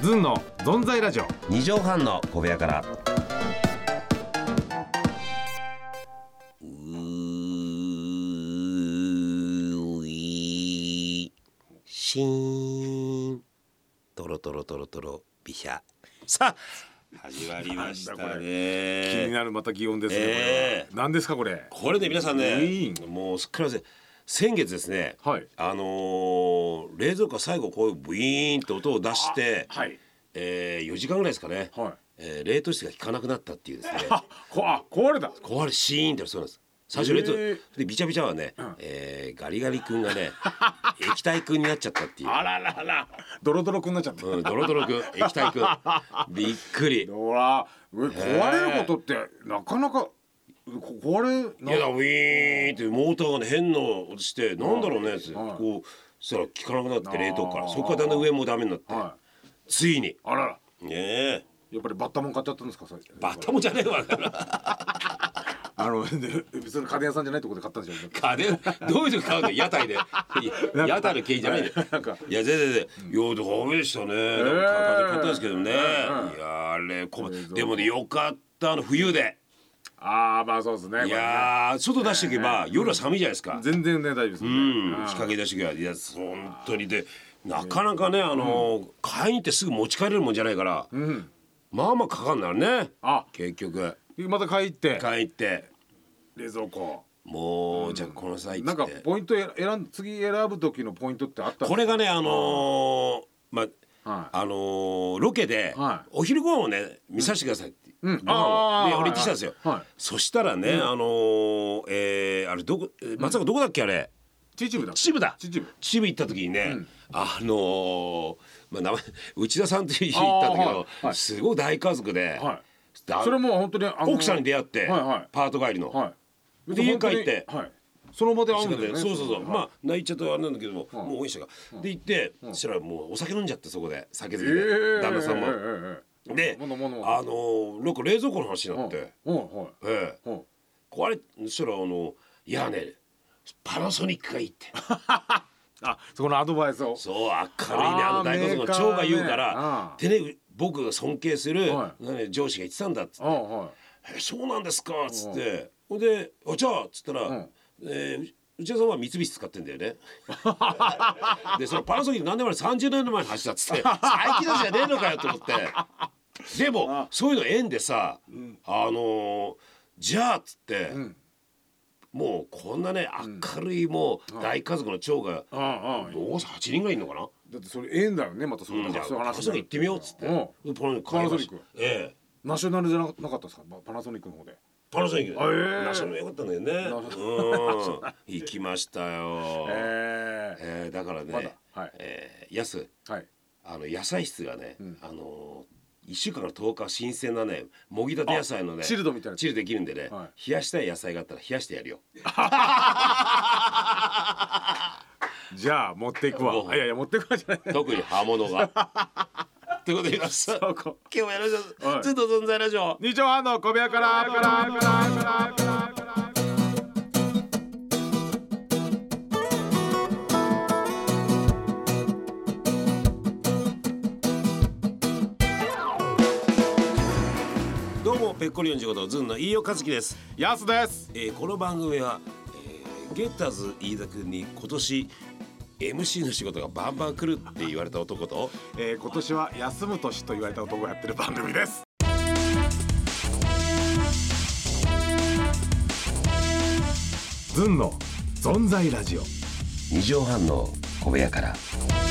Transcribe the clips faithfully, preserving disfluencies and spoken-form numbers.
ズンのゾンザイラジオ。 にじょうはんの小部屋から。うーいしーんトロトロトロトロビシャ。さあ始まりましたなんだね。 気になるまた擬音ですね、 えー、 これは何ですかこれ。 これね皆さんねウィーンもうすっかり忘れ先月ですね、 はい、 あのー、冷蔵庫最後こういうブイーンって音を出して、 はい、 えー、よじかんぐらいですかね、 はい、 えー、冷凍室が効かなくなったっていうですねあこあ壊れた壊れシーンってそうなんです。最初冷凍、 えー、 でビチャビチャはね、うんえー、ガリガリ君がね液体君になっちゃったっていう。 あらららドロドロ君になっちゃった、 うん、ドロドロ君液体君びっくり。 ほら壊れることってなかなか壊れいやだウィーンってモーターがね変な音してなんだろうねって、 はい、 こうそしたら効かなくなって冷凍からそこからだんだん上もダメになって、はい、ついにあららねえやっぱりバッタモン買っちゃったんですか。それバッタモンじゃねえわあの別に家電屋さんじゃないところで買ったんですよ。 家電どういう時買うの屋台で屋台の経営じゃないでなんかいや全然全然、うん、いやダメでしたね、えー、家電買ったんですけどね、えー、いやあれこでもねよかったあの冬で。 ああまあそうですね。 いやー外出していけば、えー、夜は寒いじゃないですか。 全然ね大丈夫ですね。 うん日陰出していけばいや本当にでなかなかねあのー、買いに行ってすぐ持ち帰れるもんじゃないから、うん、まあまあかかんなるね。あ結局また買い行って買い行って冷蔵庫もう、うん、じゃあこの際なんかポイント選ん次選ぶ時のポイントってあったんですか。 これがねあのー、まあはい、あのー、ロケで、はい、お昼ご飯をね見させてくださいって、うん、ご飯をね俺言ってきたんですよ、はいはい、そしたらね、うん、あのー、えー、あれどこ松坂どこだっけあれ秩父だ秩父だ秩父秩父行った時にね、うん、あのー、まあ名前内田さんという人行ったんだけど、はいはい、すごい大家族で、はい、 それも本当に、あのー、 奥さんに出会って、はいはい、パート帰りの、はい、で家帰って、はいその場で会うんだよね。 そうそうそう、はい、まあ泣いちゃったあれなんだけども、はい、もうおいしさが、はい、で行って、そしたらもうお酒飲んじゃってそこで酒好きで、えー、旦那さんも、えーえー、で、あのー、なんか冷蔵庫の話になって、はいえーはい、壊れそしたらあのいやねパナソニックがいいってあそこのアドバイスをそう明るいねあの大家族の長が言うからでね僕が尊敬する、はい、ね、上司が言ってたんだっつって、はい、えそうなんですかっつってほんであじゃあっつったら、うんえー、内田さんは三菱使ってんだよねでそのパナソニック何年前さんじゅうねんまえの話だっつって最近のじゃねえのかよと思ってでもそういうの縁でさ、うん、あのー、じゃあっつって、うん、もうこんなね明るいもう大家族の長がはちにんぐらいいるのかな。 だってそれ縁だよねまたそれ、うん、 じゃあパナソニック行ってみようっつって、うん、パナソニックええナショナルじゃなかったですかパナソニックの方で。 パナソニック、えー、ナショナルよかったんだよね。うん行きましたよ、えーえー、だからね、まはいえー、やす、はい、あの野菜室がね、うん、あのー、いっしゅうかんからとおか新鮮なねもぎたて野菜のねチルドみたいなチルできるんでね、はい、冷やしたい野菜があったら冷やしてやるよじゃあ持っていくわ。いやいや持っていくわじゃない。 特に葉物がということで皆さん今日もやりましょう。ずっと存在ラジオにじょうはんの小部屋からどうもペッコリよんじゅうごとズンの飯尾和樹です。 ヤスです、 えー、この番組は、えー、ゲッターズ飯田君に今年エムシー の仕事がバンバン来るって言われた男と、 えー、今年は休む年と言われた男がやってる番組です。ズンの存在ラジオにじょうはんの小部屋から。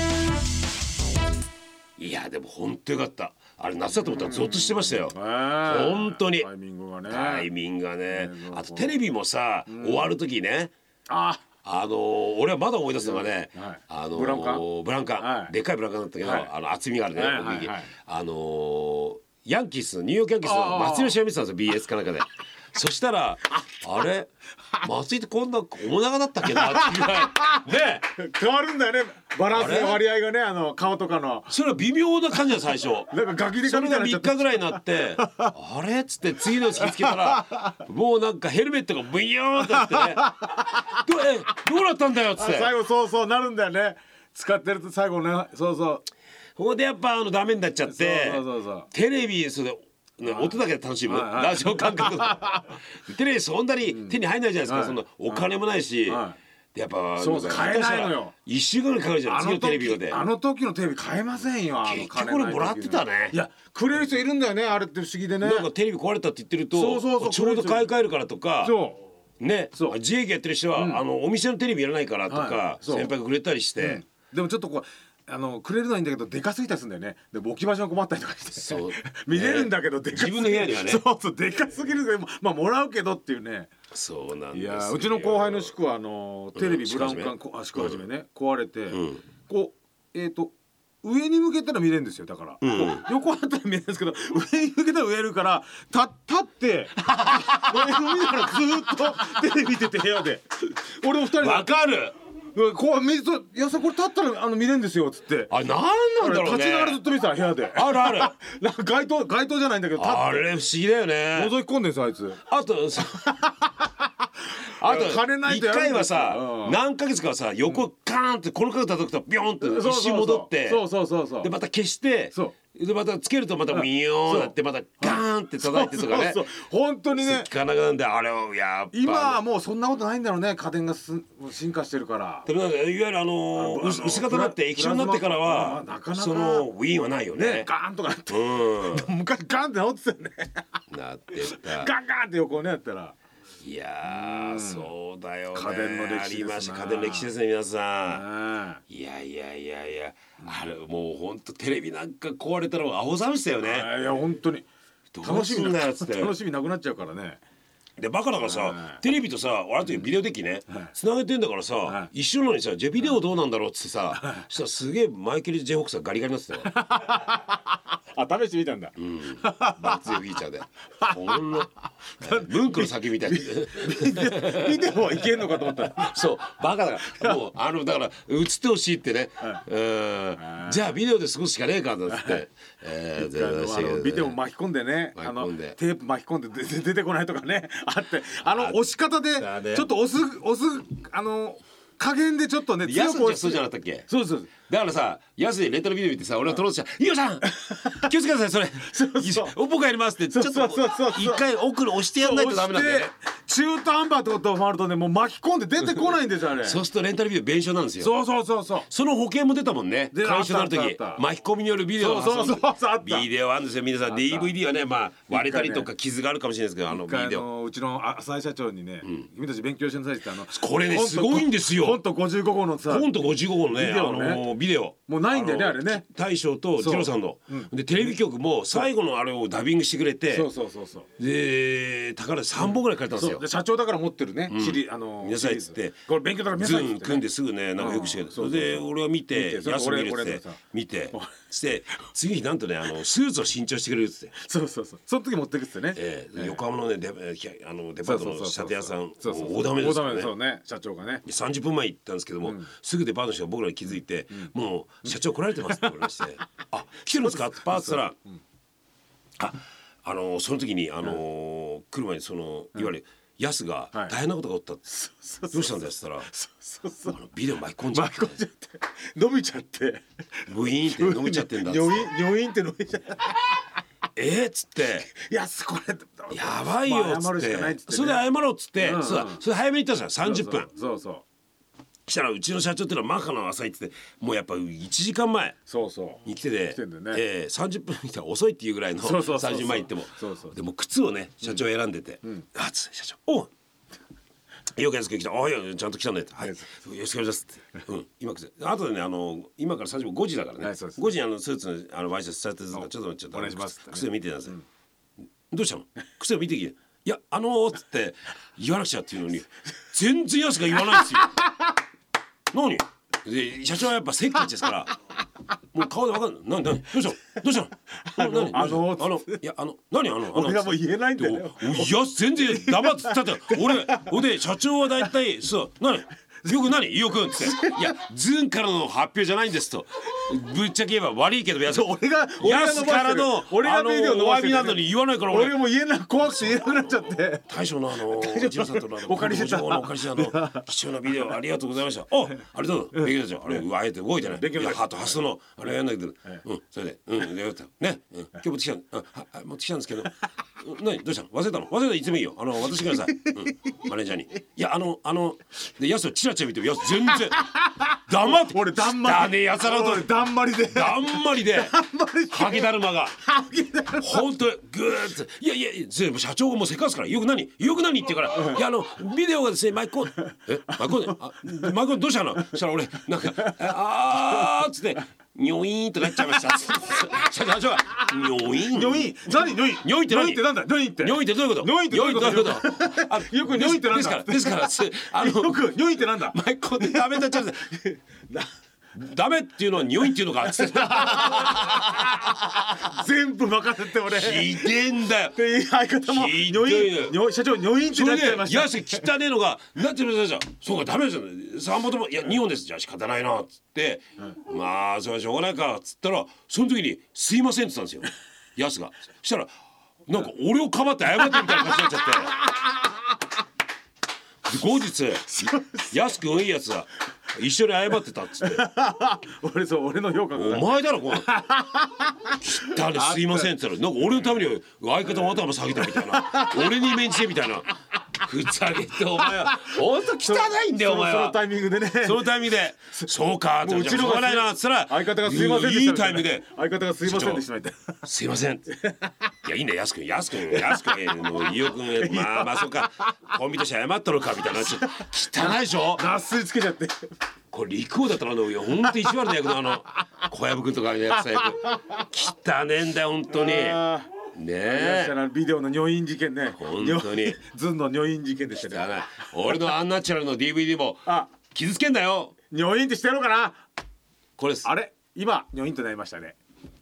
いやでも本当よかった。あれ夏だと思ったらゾッとしてましたよ、えー、本当にタイミングがねタイミングがね、あとテレビもさ、うん、終わる時ねああのー、俺はまだ思い出すのがね、はい、あのー、ブランカブランカ、はい、でっかいブランカだったけど、はい、あの厚みがあるね、はいはいはい、あのー、ヤンキースニューヨークヤンキースの松井の試合見てたんですよ ビーエス かなんかでそしたらあれ松井ってこんな面長だったっけなっていうぐらいね変わるんだよねバランスの割合がねあの顔とかのそれは微妙な感じだ最初なんかガキでそれがみっかぐらいになってあれっつって次の日つけたらもうなんかヘルメットがブイヨーンってなってねど, えどうなったんだよっつって最後そうそうなるんだよね。 使ってると最後ねそうそうここでやっぱあのダメになっちゃってそうそうそうそうテレビそれね、音だけで楽しむ、 はいはい、 ラジオ感覚テレビそんなに手に入んないじゃないですか、 はい、 そんなお金もないし、はい、やっぱそうそう買えないのよいっしゅうかんぐらいかかるじゃん次のテレビであの時のテレビ買えませんよ結局これもらってたねいやくれる人いるんだよねあれって不思議でねなんかテレビ壊れたって言ってるとそうそうそうちょうど買い替えるからとかそうねそう自営業やってる人は、うん、あのお店のテレビいらないからとか、はい、先輩がくれたりして、うん、 でもちょっとこうあのくれるのはいいんだけどでかすぎたりするんだよねで置き場所が困ったりとかしてそう見れるんだけどでかすぎる自分の部屋にはねそうそうでかすぎるでまあもらうけどっていうねそうなんですよ。 いやうちの後輩の宿はあのテレビブラウン管あ宿始めね壊れて、うん、こうえっ、ー、と上に向けたら見れるんですよだから、うん、横あったら見れるんですけど上に向けたら上やるからた立って上に見ながらずっとテレビ見てて部屋で俺も二人でわかるこう水と「いやさこれ立ったらあの見れるんですよ」っつってあなんなんだろうね立ちながらずっと見てた部屋であるあるなんか街灯街灯じゃないんだけどあれ不思議だよね覗き込んでんですあいつあとあと一回はさ、うん、何ヶ月かはさ横カーンってこの角叩くとビョンって一瞬戻ってそうそうそうそうでまた消してでまたつけるとまたミヨーンってまたガーンって叩いてとかねそうそうそう本当にね聞かなくなんであれをやっぱ今はもうそんなことないんだろうね家電がす進化してるからでもなんかいわゆるあのー、薄型になって液晶になってからはなかなかそのウィーンはないよねねガーンとかなって、うん、昔ガーンって直ってたよねなってたガンガンって横をねやったらいやーそうだよね家電の歴史ですねありました家電の歴史ですね皆さんいやいやいやいやあれもうほんとテレビなんか壊れたら青ざめしたよねいや本当に楽しみなやつって楽しみなくなっちゃうからねでバカだからさテレビとさ俺とビデオデッキねつなげてんだからさ一緒なのにさじゃあビデオどうなんだろうっつってさそしたらすげえマイケル・ジェイ・ホークさんガリガリになってたよあ試してみたんだうんバッツフィーチャーでこんなムンクの先みたいにビデオはいけんのかと思ったらそうバカだからもうあのだから映ってほしいってねうんじゃあビデオで過ごすしかねえかだっつってえー、ビデオ巻き込んでねあのテープ巻き込んで出てこないとかねあってあの押し方でちょっと押す押すあの加減でちょっとね強く押すそうじゃなかったっけそうそうだからさ安いレンタルビデオ見てさ俺が撮ろうとしたら「伊代さん気をつけてくださいそれ僕がやります」ってちょっと一回奥に押してやんないとダメなんだよね中途半端ってことを回るとねもう巻き込んで出てこないんですよあれそうするとレンタルビデオ弁償なんですよそうそうそうそうその保険も出たもんね回収になる時巻き込みによるビデオそうそうそうビデオあるんですよ皆さん ディーブイディー はねまあ割れたりとか傷があるかもしれないですけどあのビデオうちの浅井社長にね君たち勉強しなさいってあのこれねすごいんですよコントごじゅうごごのさコントごじゅうごごのねあのビデオもうないんだよねあれね大将とジローさんの、うん、でテレビ局も最後のあれをダビングしてくれてそうそうそうそうで宝でさんぼんぐらい借りたんですよ、 うん、で社長だから持ってるね、うん、シリあの皆さんっつってこれ勉強だから皆さんズン組んですぐねなんかよくしてるそれで俺は見て安見るって見てして次日なんとねあのスーツを新調してくれるっつってそうそうそうその時持ってくっつってね、 えー、横浜のねデあのデパートの仕立て屋さん大ダメですよねそうね社長がねさんじゅっぷんまえ行ったんですけども、うん、すぐデパートの人が僕らに気づいて、うん、もう社長来られてますって言われましてあ来てるんですかってパーッとしたら、うん、ああのー、その時にあのーうん、来る前にそのいわゆるヤスが大変なことが起きたって、はい、どうしたんだよって言ったらそうそうあのビデオ巻き込んじゃって伸びちゃってブイーンって伸びちゃってんだっつって余韻って伸びちゃってえっつって 「やすこれやばいよ」っつって、ね、それで謝ろうっつって、うんうん、それそれ早めに言ったんですよさんじゅっぷんそうそうしたらうちの社長っていうのはマカの浅いっつってもうやっぱいちじかんまえに来てて来てんだよね、 えー、さんじゅっぷん来たら遅いっていうぐらいのさんじゅうまえ行ってもでも靴をね社長選んでて「うん、あっつって社長おうよくやつ来たあいやちゃんと来たね」って「はいよろしくお願いします」って「うん今来てあとでねあの今からさんじゅっぷんごじだからね、はい、ごじにあのスーツのあのワイシャツされてるからちょっとちょっとお願いします靴を見てください、うん、どうしたの靴を見てきていやあのー」っつって言わなくちゃっていうのに全然やすが言わないんですよ何で社長はやっぱせっかちですからもう顔で分かんない何何どうしたのどうしたの何あのあのいやあの何あのあの俺がもう言えないんだよいや全然黙ってたって俺俺で社長は大体そう何よく何伊代くんっていやズンからの発表じゃないんですとぶっちゃけ言えば悪いけどやす俺がやすからの俺がビデオ伸お詫ばしてびなのに言わないから俺も言えな怖くて言えなくなっちゃって大将のあのジムさんとのお借りしてたお借りしてあの貴重なビデオありがとうございました。おありがとう勉強だよあれうわあえて動いてないいやハート発想のあれやんだけどうんそれでうんでよかったね今日持ってきたあ持ってきたんですけど何どうしたの忘れたの忘れたらいつもいいよあの渡してくださいマネージャーにいやあのあのでやすをチラチラ見てやす全然黙って俺だんまりだねやさらと俺だんまりでだんまりでハゲだるまが本当グーッていやいや全部社長がもうせかすからよく何よく何って言うからいやあのビデオがですねマイコンえマイコンあマイコンどうしたのそしたら俺なんかあーっつってニョイーンってなっちゃいました社長がニョイーンニョイン何ニョインニョインって何ニョインってなんだニョインってニョインってどういうことニョインってどういうことニョインってどういうことあよくニョインってなんだですからですからすあのよくニョインってなんだマイコンでダメになっちゃうんですダメっていうのは匂いっていうのかっつって全部任せて俺ひでえんだよで相方もひニどいねョインニョイン社長ニョインってなっちゃいましたそれでやす汚ねえのがなってるじゃんそうかダメですよねさんぼんともいやにほんですじゃあ仕方ないなっつって、うん、まあそれはしょうがないかっつったらその時にすいませんって言ったんですよやすがそしたらなんか俺をかばって謝ってみたいな感じになっちゃって後日やすくんいいやつは一緒に謝ってたっつって俺そう俺の評価がお前だろこの汚ねすいませんって言ったらなんか俺のために相方の頭下げたみたいな俺に免じてみたいなふざけてお前はほんと汚いんだよお前はそのタイミングでねそのタイミングでそうかってうちのがないなっつったら相方がすいませんでしたいいタイミングで相方がすいませんでしたみたいなすいませんっていやいいんだよやすくんやすくんやすくんの飯尾くんまあまあそうかコンビとして謝ったのかみたいなちょっと汚いでしょ脱水つけちゃってこれ陸王だったらあのほんと意地悪な役のあの小籔くんとかやってた役汚ねえんだよほんとにねえビデオのニョイン事件ね本当にズンのニョイン事件でしたね俺のアンナチュラルの ディーブイディー も傷つけんだよニョインってしてやろうかなこれですあれ今ニョインとなりましたね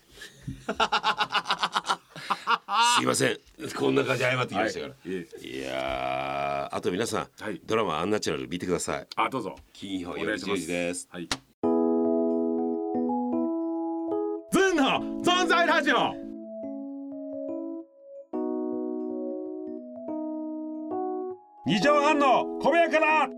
すいませんこんな感じで謝ってきましたから、 はい、い, いやあと皆さん、はい、ドラマアンナチュラル見てくださいあどうぞ金曜夜じゅうじです、 はい、ズンの存在ラジオ二畳半の小部屋から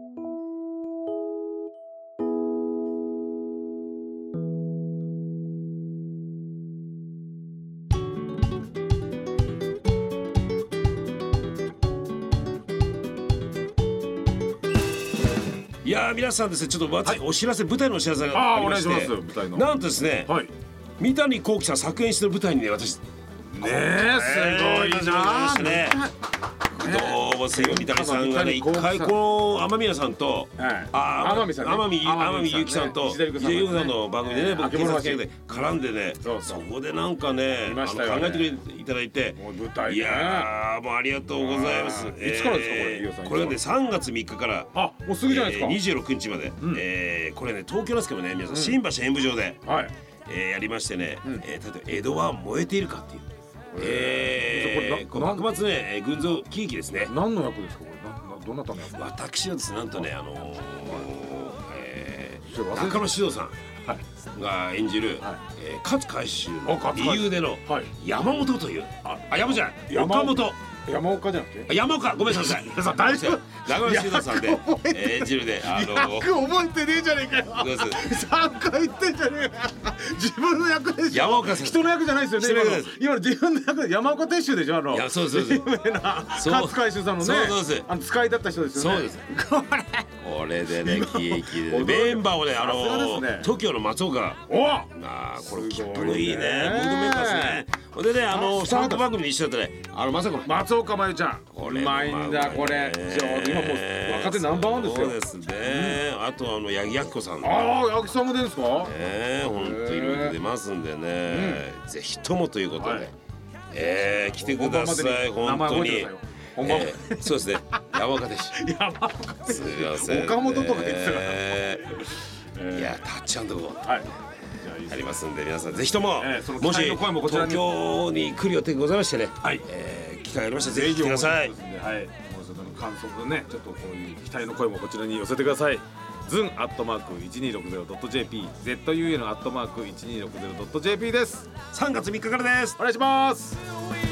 いや皆さんですねちょっとまずお知らせ、はい、舞台のお知らせがありまして、 あお願いします舞台のなんとですね、はい、三谷幸喜さん作演してる舞台にね私ねえすごいなーねどうもすよ三谷さんがね一回この雨宮さんと天海さん天海天海祐希さんと石田ゆきさんの番組でね僕警察系で絡んでねそこでなんかね考えていただいていやもうありがとうございます。 いつからですかこれ？ これはねさんがつみっかからあもうすぐじゃないですかにじゅうろくにちまでこれね東京ですけどね皆さん新橋演舞場でやりましてね例えば江戸は燃えているかっていうえー、これ幕末ね群像喜劇ですね。 何の役ですかこれ？などなたの役？ 私はですねなんとねあのーえー、中野獅童さんが演じる、はいえー、勝海舟の理由での山本という、ああ山じゃない岡本山岡じゃなくて山岡ごめんなさい大丈夫中野獅童さんで演じるであの役覚えてねえじゃねえかよさんかい言ってんじゃねえか自分の役でしょ山岡さん人の役じゃないですよね今の自分の役で山岡鉄舟でしょあのいやそうですそうです有名な勝海舟さんのねそうそうですあの使いだった人ですよねそうですこれでね喜劇でメンバーをねあの トキオ の松岡おあこれきっといいねムードメーカーですねでねあのスタート番組で一緒だったねあのまさか松岡真優ちゃんうまいんだこれ今もう若手ナンバーワンですよそうですねあとあの八木亜希子さんああ八木さんも出るんですかねほんといろいろ出ますんでねぜひともということでえ来てください本当にそうですね山岡です山岡すみません岡本とか言ってたからいやタッチアンドゴーありますんで皆さんぜひとももし東京に来る予定ございましてね機会ありましたらぜひ来てください。 はい、もうその感想とねちょっとこういう期待の声もこちらに寄せてください。 ズンアットマーク いちにーろくゼロドットジェーピー ゼットユーエヌ アットマーク いちにーろくゼロドットジェーピー です。 さんがつみっかからです。 お願いします。